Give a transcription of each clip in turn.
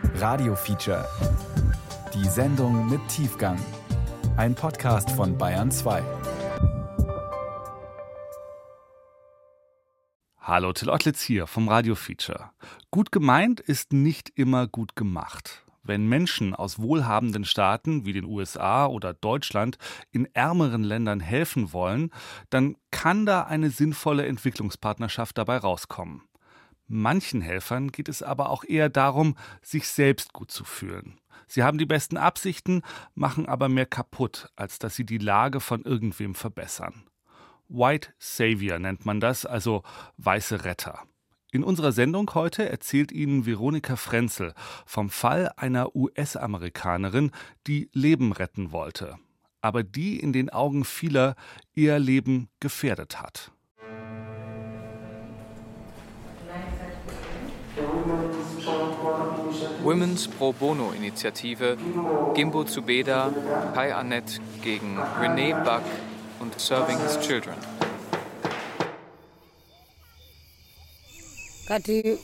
Radio Feature. Die Sendung mit Tiefgang. Ein Podcast von Bayern 2. Hallo, Till Ottlitz hier vom Radio Feature. Gut gemeint ist nicht immer gut gemacht. Wenn Menschen aus wohlhabenden Staaten wie den USA oder Deutschland in ärmeren Ländern helfen wollen, dann kann da eine sinnvolle Entwicklungspartnerschaft dabei rauskommen. Manchen Helfern geht es aber auch eher darum, sich selbst gut zu fühlen. Sie haben die besten Absichten, machen aber mehr kaputt, als dass sie die Lage von irgendwem verbessern. White Savior nennt man das, also weiße Retter. In unserer Sendung heute erzählt Ihnen Veronika Frenzel vom Fall einer US-Amerikanerin, die Leben retten wollte, aber die in den Augen vieler ihr Leben gefährdet hat. Women's Pro Bono-Initiative, Gimbo Zubeda, Kai Annett gegen Renee Buck und Serving His Children. Als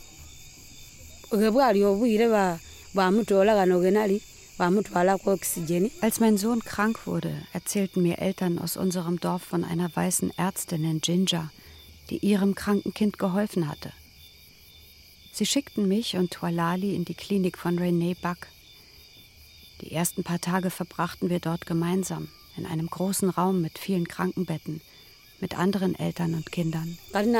mein Sohn krank wurde, erzählten mir Eltern aus unserem Dorf von einer weißen Ärztin in Jinja, die ihrem kranken Kind geholfen hatte. Sie schickten mich und Tualali in die Klinik von Renee Buck. Die ersten paar Tage verbrachten wir dort gemeinsam, in einem großen Raum mit vielen Krankenbetten, mit anderen Eltern und Kindern.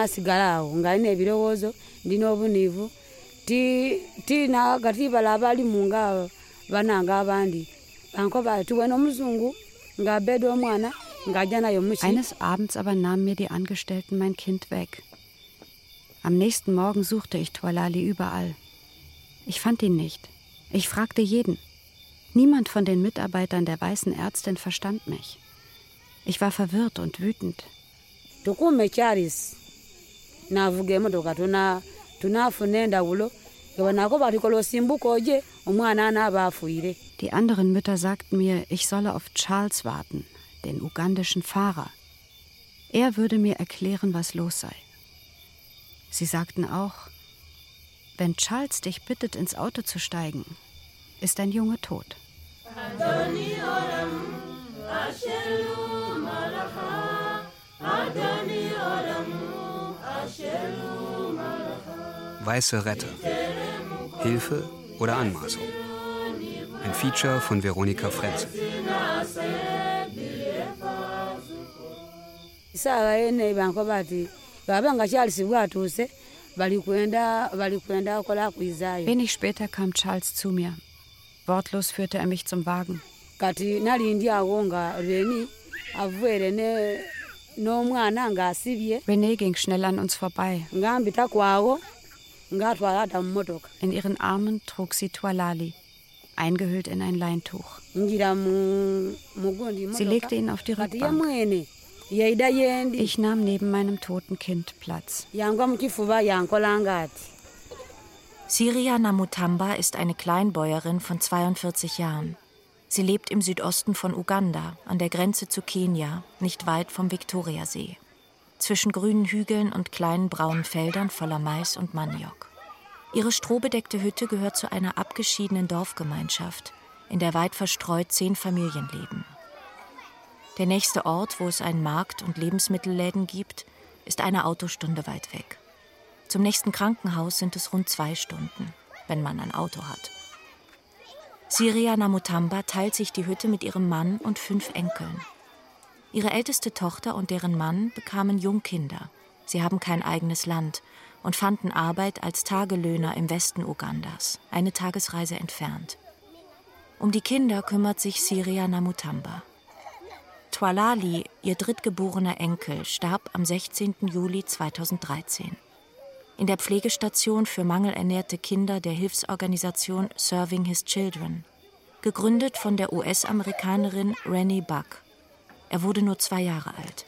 Eines Abends aber nahmen mir die Angestellten mein Kind weg. Am nächsten Morgen suchte ich Tualali überall. Ich fand ihn nicht. Ich fragte jeden. Niemand von den Mitarbeitern der weißen Ärztin verstand mich. Ich war verwirrt und wütend. Die anderen Mütter sagten mir, ich solle auf Charles warten, den ugandischen Fahrer. Er würde mir erklären, was los sei. Sie sagten auch, wenn Charles dich bittet, ins Auto zu steigen, ist dein Junge tot. Weiße Retter. Hilfe oder Anmaßung. Ein Feature von Veronika Frenzel. Wenig später kam Charles zu mir. Wortlos führte er mich zum Wagen. Renee ging schnell an uns vorbei. In ihren Armen trug sie Tualali, eingehüllt in ein Leintuch. Sie legte ihn auf die Rückbank. Ich nahm neben meinem toten Kind Platz. Siria Namutamba ist eine Kleinbäuerin von 42 Jahren. Sie lebt im Südosten von Uganda, an der Grenze zu Kenia, nicht weit vom Viktoriasee. Zwischen grünen Hügeln und kleinen braunen Feldern voller Mais und Maniok. Ihre strohbedeckte Hütte gehört zu einer abgeschiedenen Dorfgemeinschaft, in der weit verstreut 10 Familien leben. Der nächste Ort, wo es einen Markt und Lebensmittelläden gibt, ist eine Autostunde weit weg. Zum nächsten Krankenhaus sind es rund 2 Stunden, wenn man ein Auto hat. Siria Namutamba teilt sich die Hütte mit ihrem Mann und 5 Enkeln. Ihre älteste Tochter und deren Mann bekamen Jungkinder. Sie haben kein eigenes Land und fanden Arbeit als Tagelöhner im Westen Ugandas, eine Tagesreise entfernt. Um die Kinder kümmert sich Siria Namutamba. Tualali, ihr drittgeborener Enkel, starb am 16. Juli 2013. In der Pflegestation für mangelernährte Kinder der Hilfsorganisation Serving His Children, gegründet von der US-Amerikanerin Renee Buck. Er wurde nur 2 Jahre alt.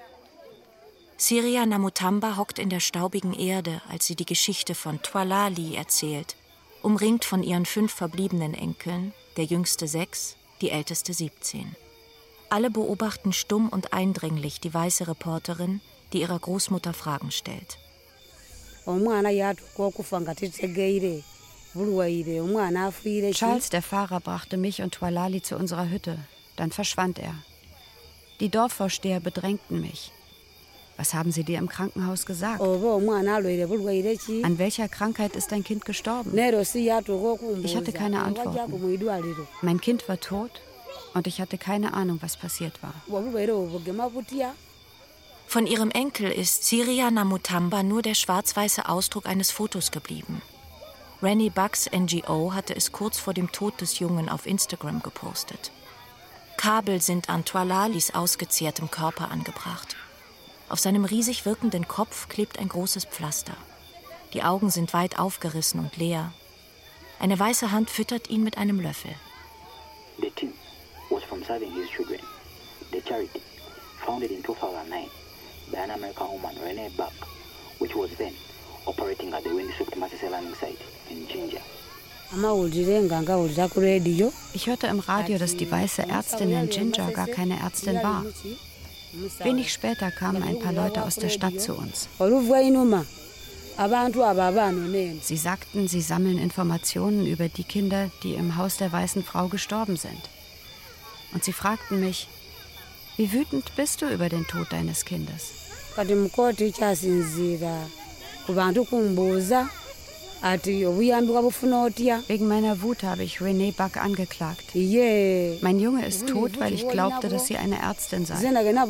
Siria Namutamba hockt in der staubigen Erde, als sie die Geschichte von Tualali erzählt, umringt von ihren 5 verbliebenen Enkeln, der jüngste 6, die älteste 17. Alle beobachten stumm und eindringlich die weiße Reporterin, die ihrer Großmutter Fragen stellt. Charles, der Fahrer, brachte mich und Twalali zu unserer Hütte. Dann verschwand er. Die Dorfvorsteher bedrängten mich. Was haben Sie dir im Krankenhaus gesagt? An welcher Krankheit ist dein Kind gestorben? Ich hatte keine Antworten. Mein Kind war tot und ich hatte keine Ahnung, was passiert war. Von ihrem Enkel ist Siria Namutamba nur der schwarz-weiße Ausdruck eines Fotos geblieben. Rennie Bucks NGO hatte es kurz vor dem Tod des Jungen auf Instagram gepostet. Kabel sind an Twalalis ausgezehrtem Körper angebracht. Auf seinem riesig wirkenden Kopf klebt ein großes Pflaster. Die Augen sind weit aufgerissen und leer. Eine weiße Hand füttert ihn mit einem Löffel. The team was from saving his children. The charity, founded in 2009 by an American woman, Renee Buck, which was then operating at the windswept Masisi landing site in Jinja. Ich hörte im Radio, dass die weiße Ärztin in Jinja gar keine Ärztin war. Wenig später kamen ein paar Leute aus der Stadt zu uns. Sie sagten, sie sammeln Informationen über die Kinder, die im Haus der weißen Frau gestorben sind. Und sie fragten mich, wie wütend bist du über den Tod deines Kindes? Wegen meiner Wut habe ich Renee Buck angeklagt. Mein Junge ist tot, weil ich glaubte, dass sie eine Ärztin sei.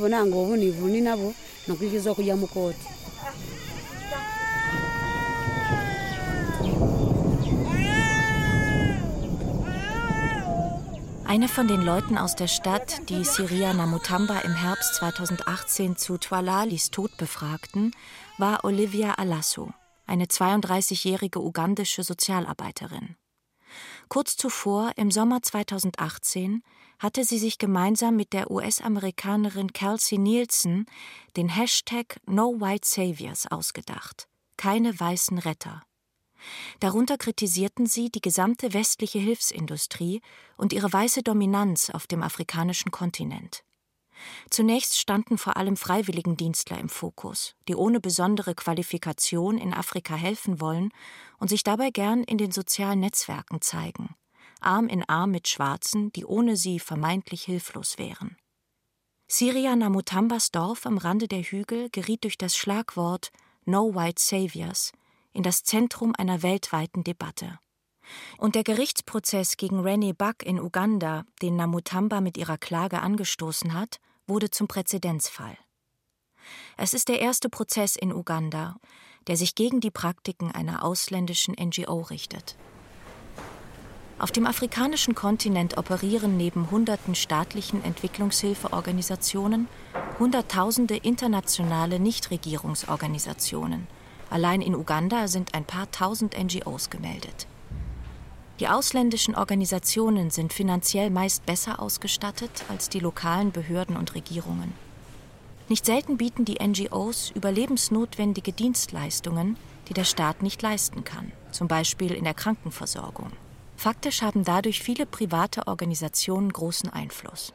Eine von den Leuten aus der Stadt, die Siria Namutamba im Herbst 2018 zu Twalalis Tod befragten, war Olivia Alasso, eine 32-jährige ugandische Sozialarbeiterin. Kurz zuvor, im Sommer 2018, hatte sie sich gemeinsam mit der US-Amerikanerin Kelsey Nielsen den Hashtag #NoWhiteSaviors ausgedacht. Keine weißen Retter. Darunter kritisierten sie die gesamte westliche Hilfsindustrie und ihre weiße Dominanz auf dem afrikanischen Kontinent. Zunächst standen vor allem Freiwilligendienstler im Fokus, die ohne besondere Qualifikation in Afrika helfen wollen und sich dabei gern in den sozialen Netzwerken zeigen, Arm in Arm mit Schwarzen, die ohne sie vermeintlich hilflos wären. Siria Namutambas Dorf am Rande der Hügel geriet durch das Schlagwort #NoWhiteSaviors in das Zentrum einer weltweiten Debatte. Und der Gerichtsprozess gegen Renee Buck in Uganda, den Namutamba mit ihrer Klage angestoßen hat, wurde zum Präzedenzfall. Es ist der erste Prozess in Uganda, der sich gegen die Praktiken einer ausländischen NGO richtet. Auf dem afrikanischen Kontinent operieren neben hunderten staatlichen Entwicklungshilfeorganisationen Hunderttausende internationale Nichtregierungsorganisationen. Allein in Uganda sind ein paar tausend NGOs gemeldet. Die ausländischen Organisationen sind finanziell meist besser ausgestattet als die lokalen Behörden und Regierungen. Nicht selten bieten die NGOs überlebensnotwendige Dienstleistungen, die der Staat nicht leisten kann, zum Beispiel in der Krankenversorgung. Faktisch haben dadurch viele private Organisationen großen Einfluss.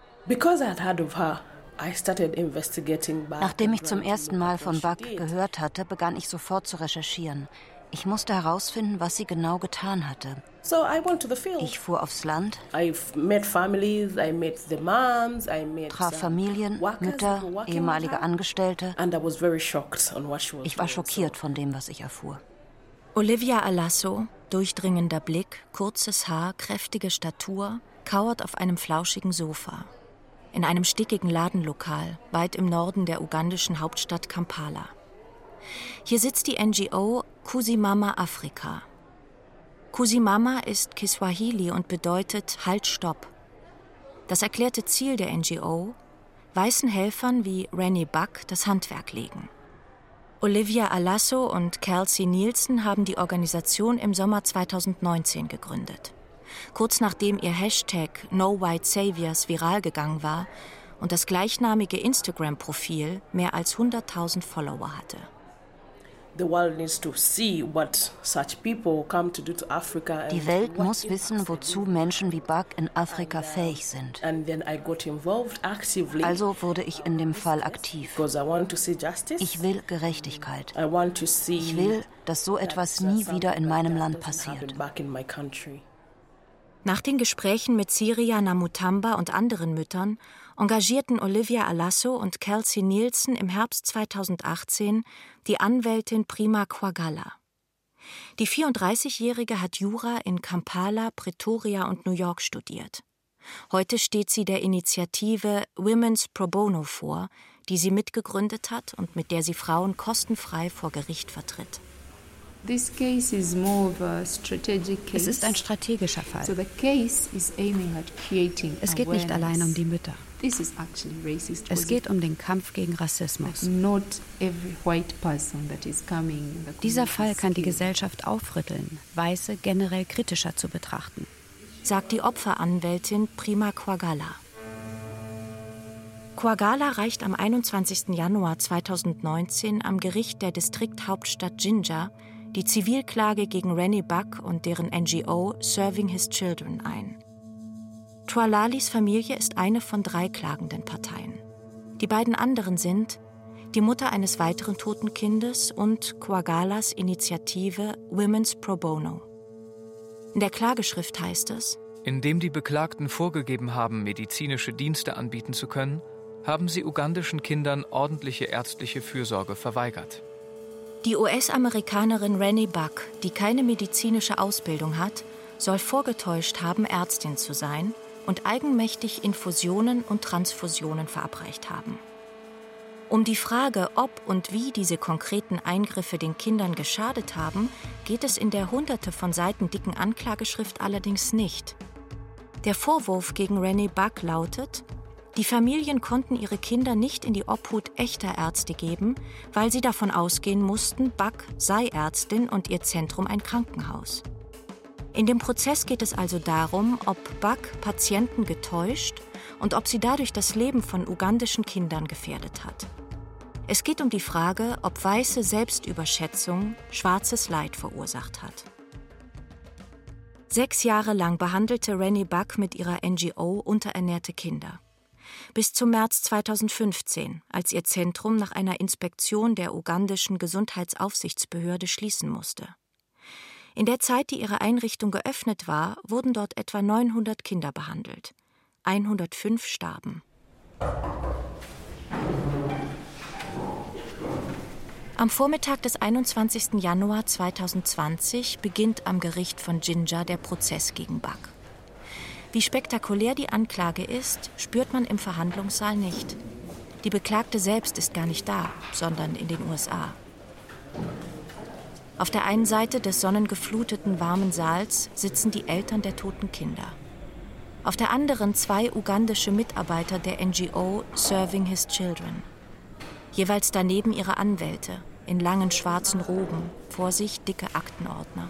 Nachdem ich zum ersten Mal von Buck gehört hatte, begann ich sofort zu recherchieren. Ich musste herausfinden, was sie genau getan hatte. Ich fuhr aufs Land, traf Familien, Mütter, ehemalige Angestellte. Ich war schockiert von dem, was ich erfuhr. Olivia Alasso, durchdringender Blick, kurzes Haar, kräftige Statur, kauert auf einem flauschigen Sofa. In einem stickigen Ladenlokal, weit im Norden der ugandischen Hauptstadt Kampala. Hier sitzt die NGO Kusimama Afrika. Kusimama ist Kiswahili und bedeutet Halt, Stopp. Das erklärte Ziel der NGO: weißen Helfern wie Renee Buck das Handwerk legen. Olivia Alasso und Kelsey Nielsen haben die Organisation im Sommer 2019 gegründet. Kurz nachdem ihr Hashtag #NoWhiteSaviors viral gegangen war und das gleichnamige Instagram-Profil mehr als 100.000 Follower hatte. Die Welt muss wissen, wozu Menschen wie Buck in Afrika fähig sind. Also wurde ich in dem Fall aktiv. Ich will Gerechtigkeit. Ich will, dass so etwas nie wieder in meinem Land passiert. Nach den Gesprächen mit Ciria Namutamba und anderen Müttern engagierten Olivia Alaso und Kelsey Nielsen im Herbst 2018 die Anwältin Prima Kwagala. Die 34-Jährige hat Jura in Kampala, Pretoria und New York studiert. Heute steht sie der Initiative Women's Pro Bono vor, die sie mitgegründet hat und mit der sie Frauen kostenfrei vor Gericht vertritt. Es ist ein strategischer Fall. Es geht nicht allein um die Mütter. Es geht um den Kampf gegen Rassismus. Dieser Fall kann die Gesellschaft aufrütteln, Weiße generell kritischer zu betrachten, sagt die Opferanwältin Prima Kwagala. Kwagala reicht am 21. Januar 2019 am Gericht der Distrikthauptstadt Jinja die Zivilklage gegen Rennie Buck und deren NGO Serving His Children ein. Twalalis Familie ist eine von 3 klagenden Parteien. Die beiden anderen sind die Mutter eines weiteren toten Kindes und Kwagalas Initiative Women's Pro Bono. In der Klageschrift heißt es: Indem die Beklagten vorgegeben haben, medizinische Dienste anbieten zu können, haben sie ugandischen Kindern ordentliche ärztliche Fürsorge verweigert. Die US-Amerikanerin Rennie Buck, die keine medizinische Ausbildung hat, soll vorgetäuscht haben, Ärztin zu sein und eigenmächtig Infusionen und Transfusionen verabreicht haben. Um die Frage, ob und wie diese konkreten Eingriffe den Kindern geschadet haben, geht es in der hunderte von Seiten dicken Anklageschrift allerdings nicht. Der Vorwurf gegen Rennie Buck lautet: Die Familien konnten ihre Kinder nicht in die Obhut echter Ärzte geben, weil sie davon ausgehen mussten, Buck sei Ärztin und ihr Zentrum ein Krankenhaus. In dem Prozess geht es also darum, ob Buck Patienten getäuscht und ob sie dadurch das Leben von ugandischen Kindern gefährdet hat. Es geht um die Frage, ob weiße Selbstüberschätzung schwarzes Leid verursacht hat. 6 Jahre lang behandelte Rennie Buck mit ihrer NGO unterernährte Kinder. Bis zum März 2015, als ihr Zentrum nach einer Inspektion der ugandischen Gesundheitsaufsichtsbehörde schließen musste. In der Zeit, die ihre Einrichtung geöffnet war, wurden dort etwa 900 Kinder behandelt. 105 starben. Am Vormittag des 21. Januar 2020 beginnt am Gericht von Jinja der Prozess gegen Buck. Wie spektakulär die Anklage ist, spürt man im Verhandlungssaal nicht. Die Beklagte selbst ist gar nicht da, sondern in den USA. Auf der einen Seite des sonnengefluteten warmen Saals sitzen die Eltern der toten Kinder. Auf der anderen 2 ugandische Mitarbeiter der NGO Serving His Children. Jeweils daneben ihre Anwälte, in langen schwarzen Roben, vor sich dicke Aktenordner.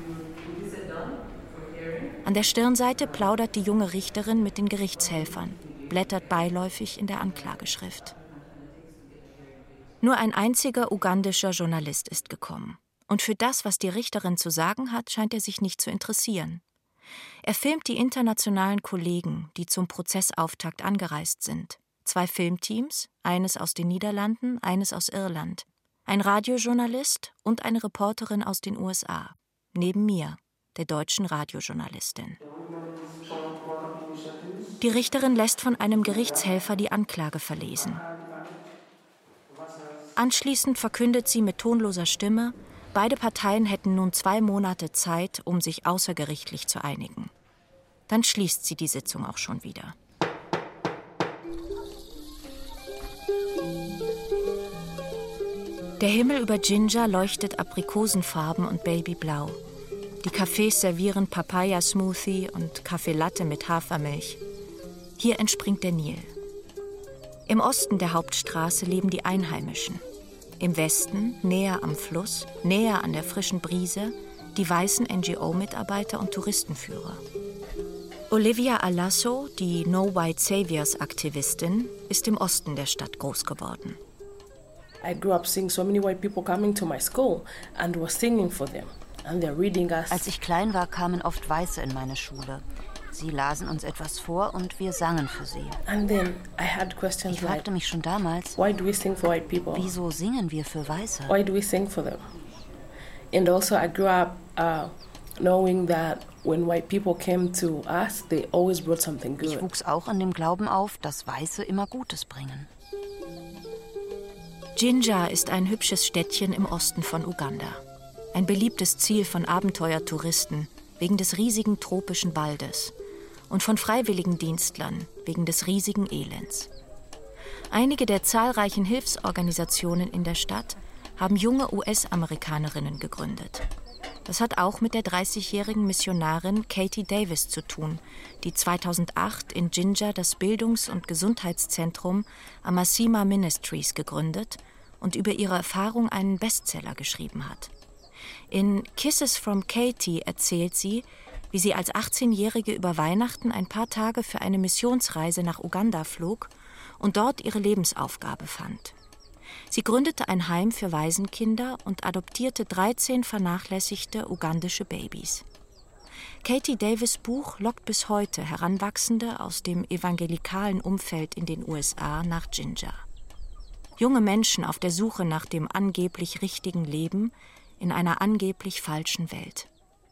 An der Stirnseite plaudert die junge Richterin mit den Gerichtshelfern, blättert beiläufig in der Anklageschrift. Nur ein einziger ugandischer Journalist ist gekommen. Und für das, was die Richterin zu sagen hat, scheint er sich nicht zu interessieren. Er filmt die internationalen Kollegen, die zum Prozessauftakt angereist sind. 2 Filmteams, eines aus den Niederlanden, eines aus Irland. Ein Radiojournalist und eine Reporterin aus den USA. Neben mir, der deutschen Radiojournalistin. Die Richterin lässt von einem Gerichtshelfer die Anklage verlesen. Anschließend verkündet sie mit tonloser Stimme, beide Parteien hätten nun 2 Monate Zeit, um sich außergerichtlich zu einigen. Dann schließt sie die Sitzung auch schon wieder. Der Himmel über Jinja leuchtet aprikosenfarben und babyblau. Die Cafés servieren Papaya-Smoothie und Kaffee-Latte mit Hafermilch. Hier entspringt der Nil. Im Osten der Hauptstraße leben die Einheimischen. Im Westen, näher am Fluss, näher an der frischen Brise, die weißen NGO-Mitarbeiter und Touristenführer. Olivia Alaso, die No White Saviors-Aktivistin, ist im Osten der Stadt groß geworden. I grew up seeing so many white people coming to my school and were singing for them. And they're reading us. Als ich klein war, kamen oft Weiße in meine Schule. Sie lasen uns etwas vor und wir sangen für sie. And then I had questions ich fragte mich schon damals, why do we sing for white people? Wieso singen wir für Weiße? Why do we sing for them? And also I grew up knowing that when white people came to us, they always brought something good. Ich wuchs auch in dem Glauben auf, dass Weiße immer Gutes bringen. Jinja ist ein hübsches Städtchen im Osten von Uganda. Ein beliebtes Ziel von Abenteuertouristen wegen des riesigen tropischen Waldes und von Freiwilligendienstlern wegen des riesigen Elends. Einige der zahlreichen Hilfsorganisationen in der Stadt haben junge US-Amerikanerinnen gegründet. Das hat auch mit der 30-jährigen Missionarin Katie Davis zu tun, die 2008 in Jinja das Bildungs- und Gesundheitszentrum Amasima Ministries gegründet und über ihre Erfahrung einen Bestseller geschrieben hat. In Kisses from Katie erzählt sie, wie sie als 18-Jährige über Weihnachten ein paar Tage für eine Missionsreise nach Uganda flog und dort ihre Lebensaufgabe fand. Sie gründete ein Heim für Waisenkinder und adoptierte 13 vernachlässigte ugandische Babys. Katie Davis' Buch lockt bis heute Heranwachsende aus dem evangelikalen Umfeld in den USA nach Jinja. Junge Menschen auf der Suche nach dem angeblich richtigen Leben in einer angeblich falschen Welt.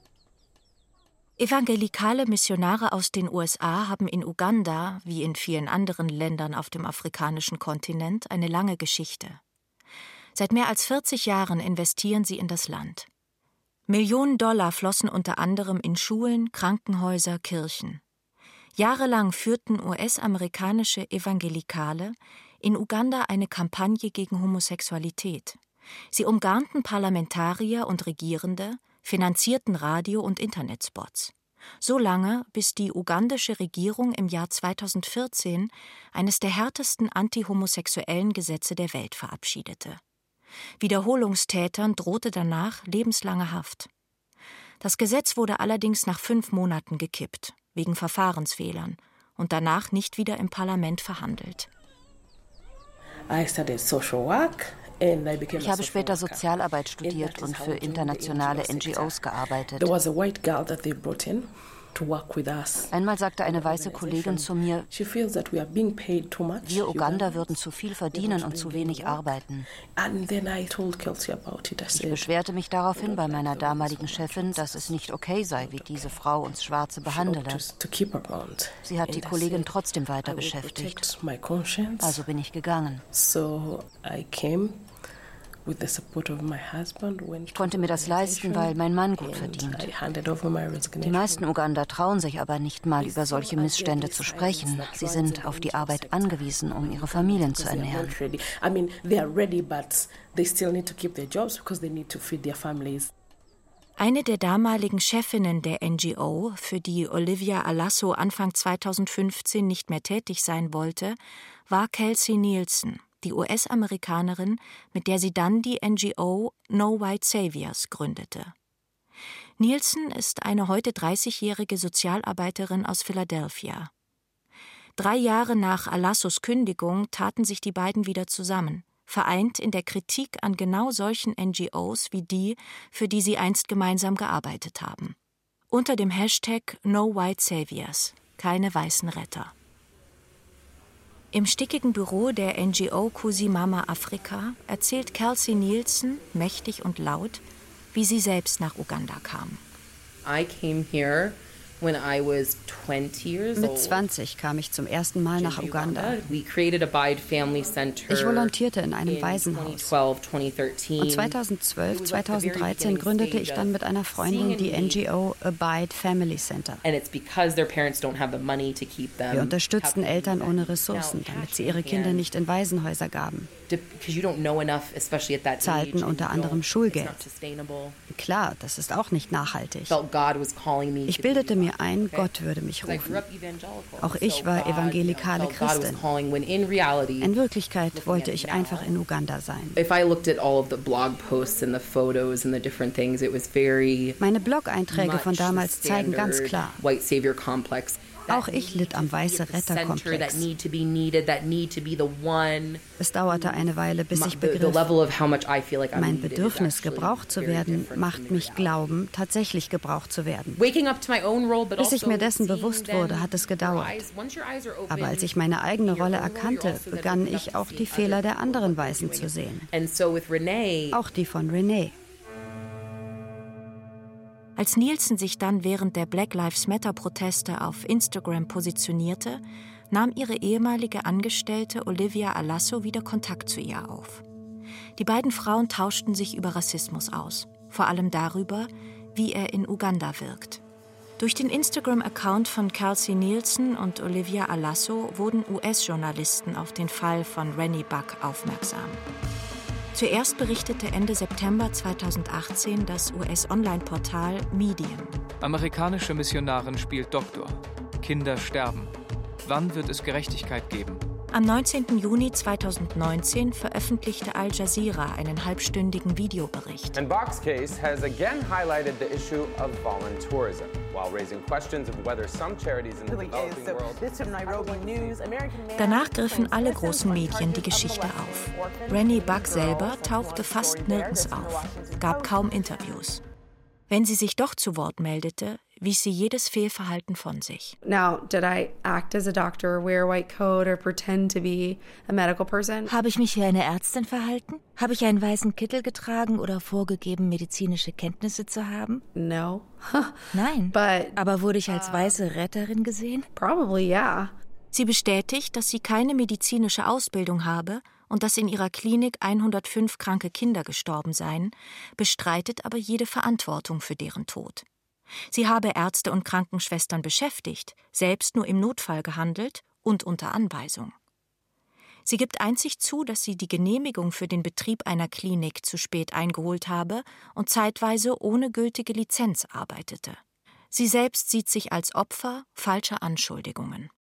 Evangelikale Missionare aus den USA haben in Uganda, wie in vielen anderen Ländern auf dem afrikanischen Kontinent, eine lange Geschichte. Seit mehr als 40 Jahren investieren sie in das Land. Millionen Dollar flossen unter anderem in Schulen, Krankenhäuser, Kirchen. Jahrelang führten US-amerikanische Evangelikale in Uganda eine Kampagne gegen Homosexualität. Sie umgarnten Parlamentarier und Regierende, finanzierten Radio- und Internetspots. So lange, bis die ugandische Regierung im Jahr 2014 eines der härtesten antihomosexuellen Gesetze der Welt verabschiedete. Wiederholungstätern drohte danach lebenslange Haft. Das Gesetz wurde allerdings nach 5 Monaten gekippt, wegen Verfahrensfehlern, und danach nicht wieder im Parlament verhandelt. I studied social work. Ich habe später Sozialarbeit studiert und für internationale NGOs gearbeitet. Einmal sagte eine weiße Kollegin zu mir, wir Uganda würden zu viel verdienen und zu wenig arbeiten. Ich beschwerte mich daraufhin bei meiner damaligen Chefin, dass es nicht okay sei, wie diese Frau uns Schwarze behandele. Sie hat die Kollegin trotzdem weiter beschäftigt. Also bin ich gegangen. Ich konnte mir das leisten, weil mein Mann gut verdient. Die meisten Uganda trauen sich aber nicht mal, über solche Missstände zu sprechen. Sie sind auf die Arbeit angewiesen, um ihre Familien zu ernähren. Eine der damaligen Chefinnen der NGO, für die Olivia Alasso Anfang 2015 nicht mehr tätig sein wollte, war Kelsey Nielsen, die US-Amerikanerin, mit der sie dann die NGO No White Saviors gründete. Nielsen ist eine heute 30-jährige Sozialarbeiterin aus Philadelphia. 3 Jahre nach Alassos Kündigung taten sich die beiden wieder zusammen, vereint in der Kritik an genau solchen NGOs wie die, für die sie einst gemeinsam gearbeitet haben. Unter dem Hashtag No White Saviors, keine weißen Retter. Im stickigen Büro der NGO Kusimama Afrika erzählt Kelsey Nielsen, mächtig und laut, wie sie selbst nach Uganda kam. I came here when I was 20 years old. Mit 20 kam ich zum ersten Mal nach Uganda. We created Abide Family Center. Ich volontierte in einem Waisenhaus. 2013. Und 2012, 2013 gründete ich dann mit einer Freundin die NGO Abide Family Center. Wir unterstützten Eltern ohne Ressourcen, damit sie ihre Kinder nicht in Waisenhäuser gaben. Zahlten unter anderem Schulgeld. Klar, das ist auch nicht nachhaltig. Ich bildete mir mir ein, Gott würde mich rufen. Auch ich war evangelikale Christin. In Wirklichkeit wollte ich einfach in Uganda sein. Meine Blog-Einträge von damals zeigen ganz klar: Auch ich litt am Weiße-Retter-Komplex. Es dauerte eine Weile, bis ich begriff, mein Bedürfnis, gebraucht zu werden, macht mich glauben, tatsächlich gebraucht zu werden. Bis ich mir dessen bewusst wurde, hat es gedauert. Aber als ich meine eigene Rolle erkannte, begann ich auch die Fehler der anderen Weißen zu sehen. Auch die von Renee. Als Nielsen sich dann während der Black Lives Matter-Proteste auf Instagram positionierte, nahm ihre ehemalige Angestellte Olivia Alasso wieder Kontakt zu ihr auf. Die beiden Frauen tauschten sich über Rassismus aus, vor allem darüber, wie er in Uganda wirkt. Durch den Instagram-Account von Kelsey Nielsen und Olivia Alasso wurden US-Journalisten auf den Fall von Renee Buck aufmerksam. Zuerst berichtete Ende September 2018 das US-Online-Portal Medium. Amerikanische Missionarin spielt Doktor. Kinder sterben. Wann wird es Gerechtigkeit geben? Am 19. Juni 2019 veröffentlichte Al Jazeera einen halbstündigen Videobericht. And Buck's case has again highlighted the issue of voluntourism, while raising questions of whether some charities in the developing world. Danach griffen alle großen Medien die Geschichte auf. Renee Buck selber tauchte fast nirgends auf, gab kaum Interviews. Wenn sie sich doch zu Wort meldete, wies sie jedes Fehlverhalten von sich. Now, did I act as a doctor, wear a white coat or pretend to be a medical person? Habe ich mich wie eine Ärztin verhalten? Habe ich einen weißen Kittel getragen oder vorgegeben, medizinische Kenntnisse zu haben? No. Nein. Aber wurde ich als weiße Retterin gesehen? Probably, yeah. Sie bestätigt, dass sie keine medizinische Ausbildung habe und dass in ihrer Klinik 105 kranke Kinder gestorben seien, bestreitet aber jede Verantwortung für deren Tod. Sie habe Ärzte und Krankenschwestern beschäftigt, selbst nur im Notfall gehandelt und unter Anweisung. Sie gibt einzig zu, dass sie die Genehmigung für den Betrieb einer Klinik zu spät eingeholt habe und zeitweise ohne gültige Lizenz arbeitete. Sie selbst sieht sich als Opfer falscher Anschuldigungen.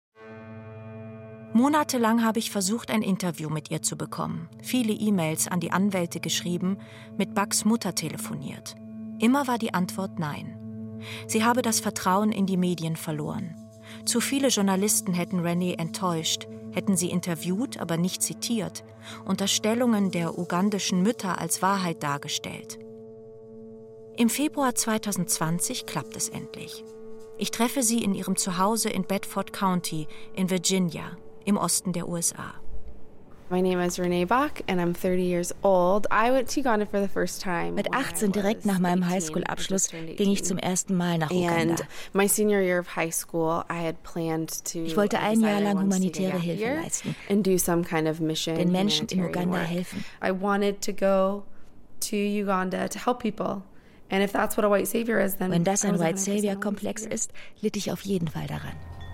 Monatelang habe ich versucht, ein Interview mit ihr zu bekommen, viele E-Mails an die Anwälte geschrieben, mit Bucks Mutter telefoniert. Immer war die Antwort nein. Sie habe das Vertrauen in die Medien verloren. Zu viele Journalisten hätten Renee enttäuscht, hätten sie interviewt, aber nicht zitiert, Unterstellungen der ugandischen Mütter als Wahrheit dargestellt. Im Februar 2020 klappt es endlich. Ich treffe sie in ihrem Zuhause in Bedford County in Virginia, im Osten der USA. My name is Renee Buck and I'm 30 years old. I went to Uganda for the first time. Mit 18, direkt nach meinem Highschool-Abschluss, ging ich zum ersten Mal nach Uganda. And my senior year of high school, I had planned to. Ich wollte ein Jahr lang humanitäre Hilfe leisten. And do some kind of mission. Den Menschen in Uganda helfen. I wanted to go to Uganda to help people. And if that's what a white savior is, then. Wenn das ein White Savior-Komplex ist, litt ich auf jeden Fall daran.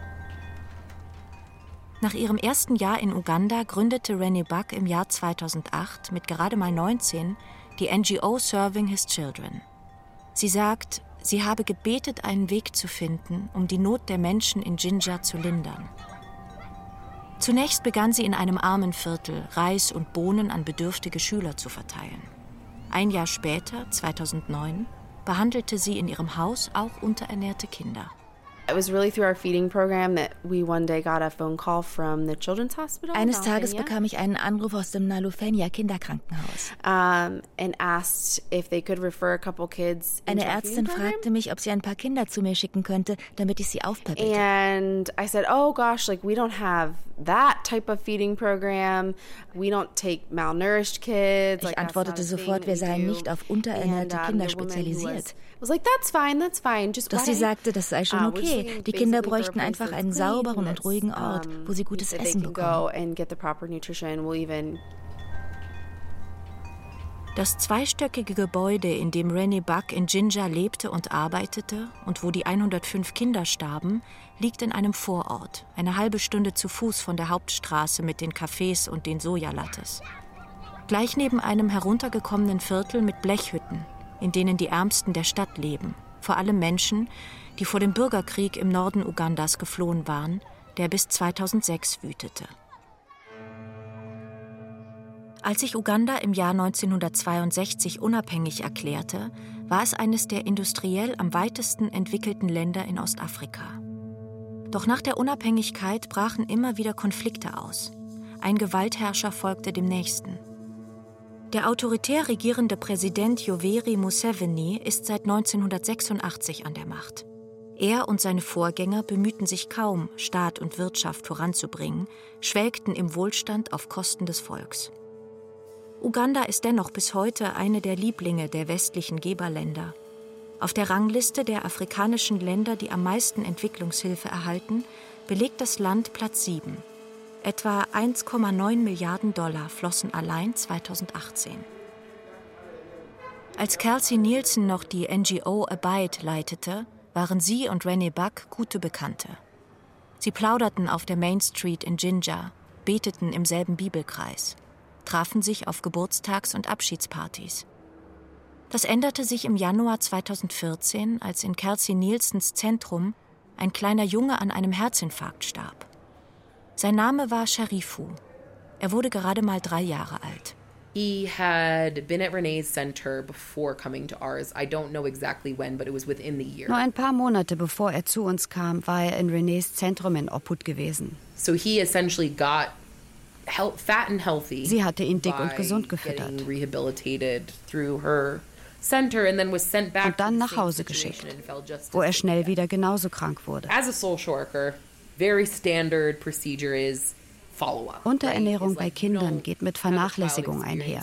Nach ihrem ersten Jahr in Uganda gründete Renee Buck im Jahr 2008 mit gerade mal 19 die NGO Serving His Children. Sie sagt, sie habe gebetet, einen Weg zu finden, um die Not der Menschen in Jinja zu lindern. Zunächst begann sie in einem armen Viertel, Reis und Bohnen an bedürftige Schüler zu verteilen. Ein Jahr später, 2009, behandelte sie in ihrem Haus auch unterernährte Kinder. It was really through our feeding program that we one day got a phone call from the Children's Hospital. Eines Tages bekam ich einen Anruf aus dem Nalufenya Kinderkrankenhaus. And asked if they could refer a couple kids. Eine Ärztin fragte mich, ob sie ein paar Kinder zu mir schicken könnte, damit ich sie aufpäppelte. And I said, oh gosh, like we don't have that type of feeding program. We don't take malnourished kids. Ich antwortete sofort, wir seien nicht auf unterernährte Kinder spezialisiert. Was like, that's fine. Doch sie sagte, das sei schon okay. Die Kinder bräuchten einfach einen sauberen und ruhigen Ort, wo sie gutes Essen bekommen. Das zweistöckige Gebäude, in dem Renee Buck in Jinja lebte und arbeitete und wo die 105 Kinder starben, liegt in einem Vorort, eine halbe Stunde zu Fuß von der Hauptstraße mit den Cafés und den Sojalattes. Gleich neben einem heruntergekommenen Viertel mit Blechhütten, in denen die Ärmsten der Stadt leben, vor allem Menschen, die vor dem Bürgerkrieg im Norden Ugandas geflohen waren, der bis 2006 wütete. Als sich Uganda im Jahr 1962 unabhängig erklärte, war es eines der industriell am weitesten entwickelten Länder in Ostafrika. Doch nach der Unabhängigkeit brachen immer wieder Konflikte aus. Ein Gewaltherrscher folgte dem nächsten. Der autoritär regierende Präsident Yoweri Museveni ist seit 1986 an der Macht. Er und seine Vorgänger bemühten sich kaum, Staat und Wirtschaft voranzubringen, schwelgten im Wohlstand auf Kosten des Volks. Uganda ist dennoch bis heute eine der Lieblinge der westlichen Geberländer. Auf der Rangliste der afrikanischen Länder, die am meisten Entwicklungshilfe erhalten, belegt das Land Platz 7. Etwa 1,9 Milliarden $ flossen allein 2018. Als Kelsey Nielsen noch die NGO Abide leitete, waren sie und René Buck gute Bekannte. Sie plauderten auf der Main Street in Jinja, beteten im selben Bibelkreis, trafen sich auf Geburtstags- und Abschiedspartys. Das änderte sich im Januar 2014, als in Kelsey Nielsens Zentrum ein kleiner Junge an einem Herzinfarkt starb. Sein Name war Sharifu. Er wurde gerade mal 3 Jahre alt. He had been at René's center before coming to ours. I don't know exactly when, but it was within the year. Nur ein paar Monate bevor er zu uns kam, war er in René's Zentrum in Obhut gewesen. So he essentially got fat and healthy. Sie hatte ihn dick und gesund gefüttert. Rehabilitated through her center and then was sent back und dann nach Hause geschickt, wo er schnell wieder genauso krank wurde. As a social worker, very standard procedure is follow-up. Unterernährung bei Kindern geht mit Vernachlässigung einher.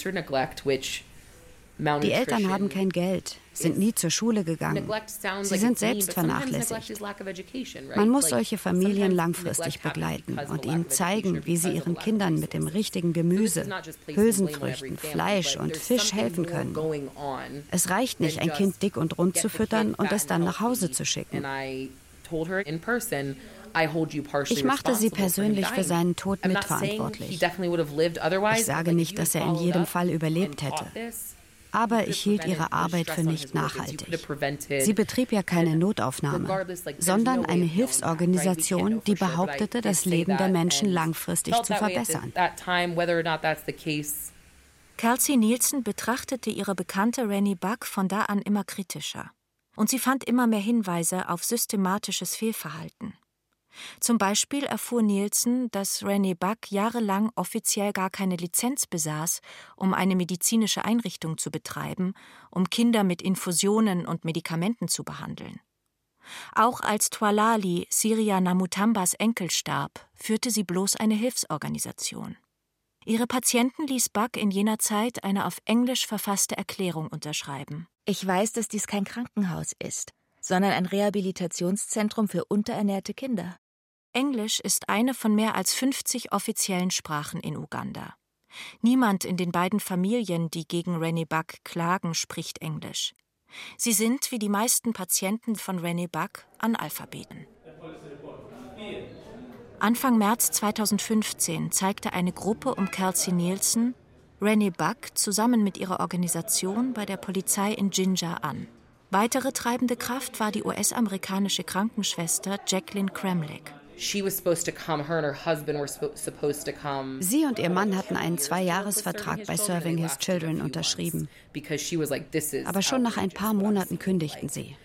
Die Eltern haben kein Geld, sind nie zur Schule gegangen. Sie sind selbst vernachlässigt. Man muss solche Familien langfristig begleiten und ihnen zeigen, wie sie ihren Kindern mit dem richtigen Gemüse, Hülsenfrüchten, Fleisch und Fisch helfen können. Es reicht nicht, ein Kind dick und rund zu füttern und es dann nach Hause zu schicken. Ich machte sie persönlich für seinen Tod mitverantwortlich. Ich sage nicht, dass er in jedem Fall überlebt hätte. Aber ich hielt ihre Arbeit für nicht nachhaltig. Sie betrieb ja keine Notaufnahme, sondern eine Hilfsorganisation, die behauptete, das Leben der Menschen langfristig zu verbessern. Kelsey Nielsen betrachtete ihre Bekannte René Buck von da an immer kritischer. Und sie fand immer mehr Hinweise auf systematisches Fehlverhalten. Zum Beispiel erfuhr Nielsen, dass René Buck jahrelang offiziell gar keine Lizenz besaß, um eine medizinische Einrichtung zu betreiben, um Kinder mit Infusionen und Medikamenten zu behandeln. Auch als Twalali, Syria Namutambas Enkel, starb, führte sie bloß eine Hilfsorganisation. Ihre Patienten ließ Buck in jener Zeit eine auf Englisch verfasste Erklärung unterschreiben. Ich weiß, dass dies kein Krankenhaus ist, sondern ein Rehabilitationszentrum für unterernährte Kinder. Englisch ist eine von mehr als 50 offiziellen Sprachen in Uganda. Niemand in den beiden Familien, die gegen René Buck klagen, spricht Englisch. Sie sind, wie die meisten Patienten von René Buck, Analphabeten. Anfang März 2015 zeigte eine Gruppe um Kelsey Nielsen René Buck zusammen mit ihrer Organisation bei der Polizei in Jinja an. Weitere treibende Kraft war die US-amerikanische Krankenschwester Jacqueline Kremlich. Sie und ihr Mann hatten einen 2-Jahres-Vertrag bei Serving His Children unterschrieben. Aber schon nach ein paar Monaten kündigten sie.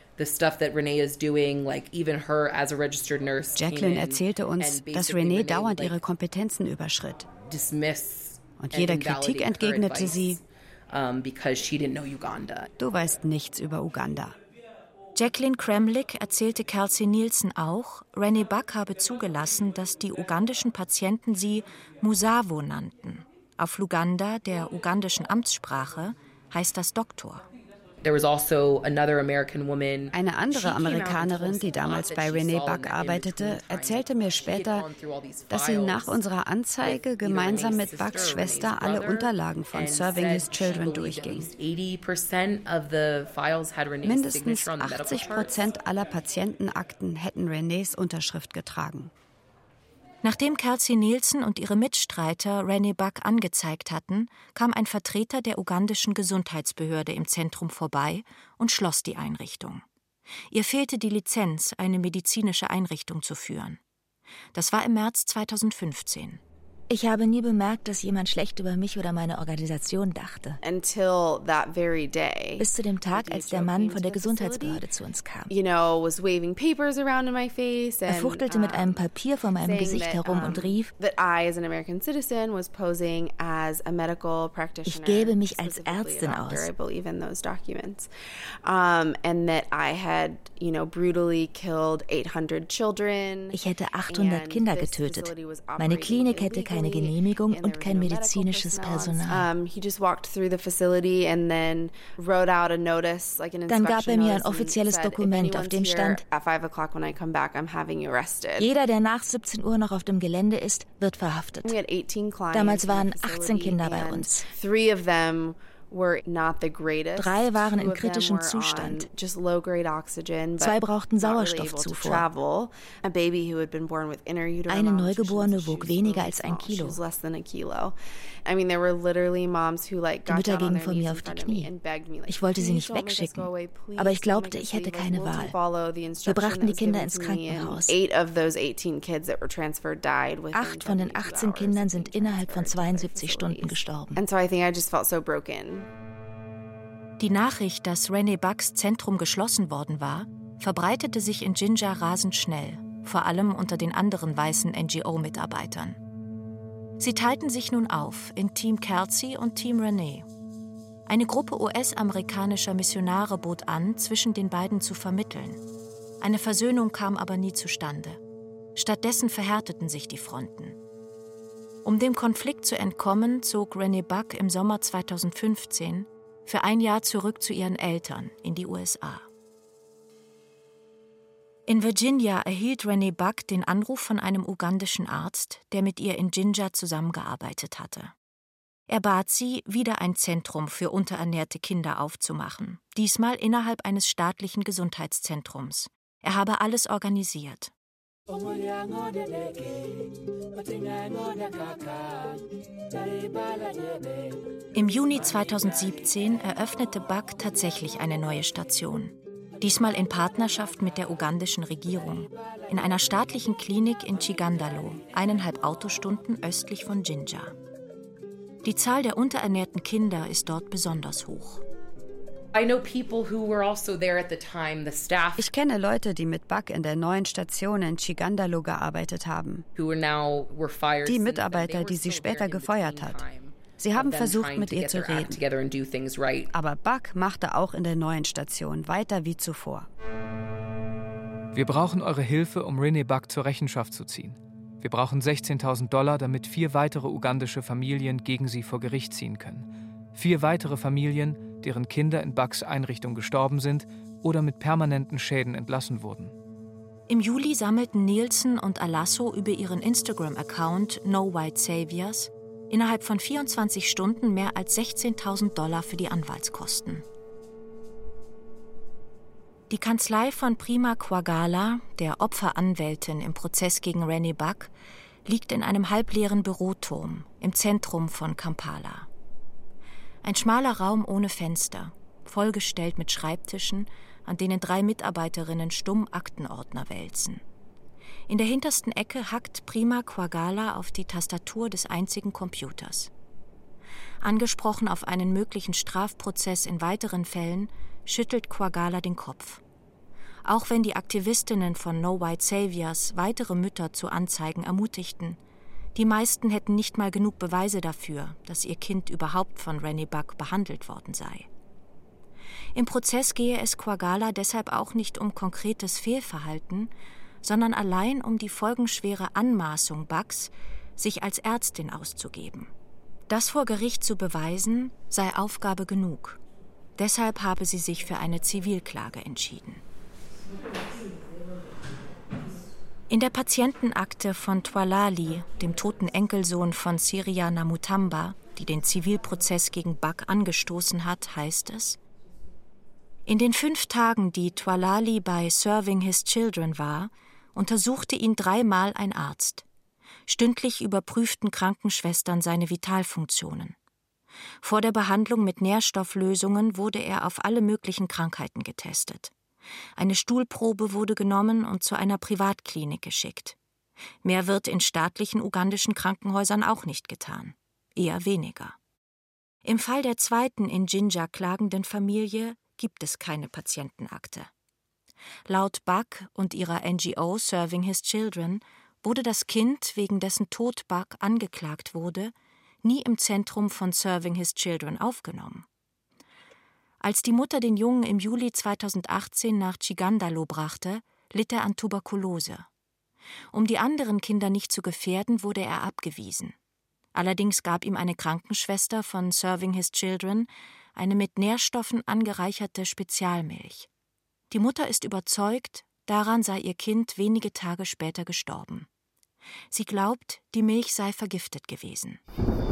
Jacqueline erzählte uns, dass René dauernd ihre Kompetenzen überschritt. Und jeder Kritik entgegnete sie, du weißt nichts über Uganda. Jacqueline Kremlich erzählte Kelsey Nielsen auch, René Buck habe zugelassen, dass die ugandischen Patienten sie Musavo nannten. Auf Luganda, der ugandischen Amtssprache, heißt das Doktor. Eine andere Amerikanerin, die damals bei René Buck arbeitete, erzählte mir später, dass sie nach unserer Anzeige gemeinsam mit Bucks Schwester alle Unterlagen von Serving His Children durchging. Mindestens 80% aller Patientenakten hätten Renés Unterschrift getragen. Nachdem Kelsey Nielsen und ihre Mitstreiter René Buck angezeigt hatten, kam ein Vertreter der ugandischen Gesundheitsbehörde im Zentrum vorbei und schloss die Einrichtung. Ihr fehlte die Lizenz, eine medizinische Einrichtung zu führen. Das war im März 2015. Ich habe nie bemerkt, dass jemand schlecht über mich oder meine Organisation dachte. Until that very day. Bis zu dem Tag, als der Mann von der Gesundheitsbehörde zu uns kam. Was waving papers around in my face. Er fuchtelte mit einem Papier vor meinem Gesicht herum und rief, that I, as an American citizen, was posing as a medical practitioner. Ich gebe mich als Ärztin aus. I believe in those documents. And that I had, brutally killed 800 children. Ich hätte 800 Kinder getötet. Meine Klinik hätte keine Genehmigung und kein medizinisches Personal. Dann gab er mir ein offizielles Dokument, auf dem stand: Jeder, der nach 17 Uhr noch auf dem Gelände ist, wird verhaftet. Damals waren 18 Kinder bei uns. 3 waren in kritischem Zustand. 2 brauchten Sauerstoffzufuhr. Eine Neugeborene wog weniger als 1 Kilo. Die Mütter gingen vor mir auf die Knie. Ich wollte sie nicht wegschicken, aber ich glaubte, ich hätte keine Wahl. Wir brachten die Kinder ins Krankenhaus. 8 von den 18 Kindern sind innerhalb von 72 Stunden gestorben. Die Nachricht, dass Renee Bucks Zentrum geschlossen worden war, verbreitete sich in Jinja rasend schnell, vor allem unter den anderen weißen NGO-Mitarbeitern. Sie teilten sich nun auf in Team Kelsey und Team Renee. Eine Gruppe US-amerikanischer Missionare bot an, zwischen den beiden zu vermitteln. Eine Versöhnung kam aber nie zustande. Stattdessen verhärteten sich die Fronten. Um dem Konflikt zu entkommen, zog Renee Buck im Sommer 2015 für ein Jahr zurück zu ihren Eltern in die USA. In Virginia erhielt Renee Buck den Anruf von einem ugandischen Arzt, der mit ihr in Jinja zusammengearbeitet hatte. Er bat sie, wieder ein Zentrum für unterernährte Kinder aufzumachen, diesmal innerhalb eines staatlichen Gesundheitszentrums. Er habe alles organisiert. Im Juni 2017 eröffnete Buck tatsächlich eine neue Station. Diesmal in Partnerschaft mit der ugandischen Regierung, in einer staatlichen Klinik in Chigandalo, 1,5 Autostunden östlich von Jinja. Die Zahl der unterernährten Kinder ist dort besonders hoch. Ich kenne Leute, die mit Buck in der neuen Station in Chigandalo gearbeitet haben. Die Mitarbeiter, die sie später gefeuert hat. Sie haben versucht, mit ihr zu reden. Aber Buck machte auch in der neuen Station weiter wie zuvor. Wir brauchen eure Hilfe, um Renee Buck zur Rechenschaft zu ziehen. Wir brauchen $16.000, damit 4 weitere ugandische Familien gegen sie vor Gericht ziehen können. 4 weitere Familien, deren Kinder in Bucks Einrichtung gestorben sind oder mit permanenten Schäden entlassen wurden. Im Juli sammelten Nielsen und Alasso über ihren Instagram-Account No White Saviors innerhalb von 24 Stunden mehr als $16.000 für die Anwaltskosten. Die Kanzlei von Prima Kwagala, der Opferanwältin im Prozess gegen Renee Buck, liegt in einem halbleeren Büroturm im Zentrum von Kampala. Ein schmaler Raum ohne Fenster, vollgestellt mit Schreibtischen, an denen 3 Mitarbeiterinnen stumm Aktenordner wälzen. In der hintersten Ecke hackt Prima Kwagala auf die Tastatur des einzigen Computers. Angesprochen auf einen möglichen Strafprozess in weiteren Fällen, schüttelt Kwagala den Kopf. Auch wenn die Aktivistinnen von No White Saviors weitere Mütter zu Anzeigen ermutigten, die meisten hätten nicht mal genug Beweise dafür, dass ihr Kind überhaupt von Renee Buck behandelt worden sei. Im Prozess gehe es Kwagala deshalb auch nicht um konkretes Fehlverhalten, sondern allein um die folgenschwere Anmaßung Bucks, sich als Ärztin auszugeben. Das vor Gericht zu beweisen, sei Aufgabe genug. Deshalb habe sie sich für eine Zivilklage entschieden. In der Patientenakte von Twalali, dem toten Enkelsohn von Syria Namutamba, die den Zivilprozess gegen Buck angestoßen hat, heißt es: In den 5 Tagen, die Twalali bei Serving His Children war, untersuchte ihn 3-mal ein Arzt. Stündlich überprüften Krankenschwestern seine Vitalfunktionen. Vor der Behandlung mit Nährstofflösungen wurde er auf alle möglichen Krankheiten getestet. Eine Stuhlprobe wurde genommen und zu einer Privatklinik geschickt. Mehr wird in staatlichen ugandischen Krankenhäusern auch nicht getan. Eher weniger. Im Fall der zweiten in Jinja klagenden Familie gibt es keine Patientenakte. Laut Buck und ihrer NGO Serving His Children wurde das Kind, wegen dessen Tod Buck angeklagt wurde, nie im Zentrum von Serving His Children aufgenommen. Als die Mutter den Jungen im Juli 2018 nach Chigandalo brachte, litt er an Tuberkulose. Um die anderen Kinder nicht zu gefährden, wurde er abgewiesen. Allerdings gab ihm eine Krankenschwester von Serving His Children eine mit Nährstoffen angereicherte Spezialmilch. Die Mutter ist überzeugt, daran sei ihr Kind wenige Tage später gestorben. Sie glaubt, die Milch sei vergiftet gewesen.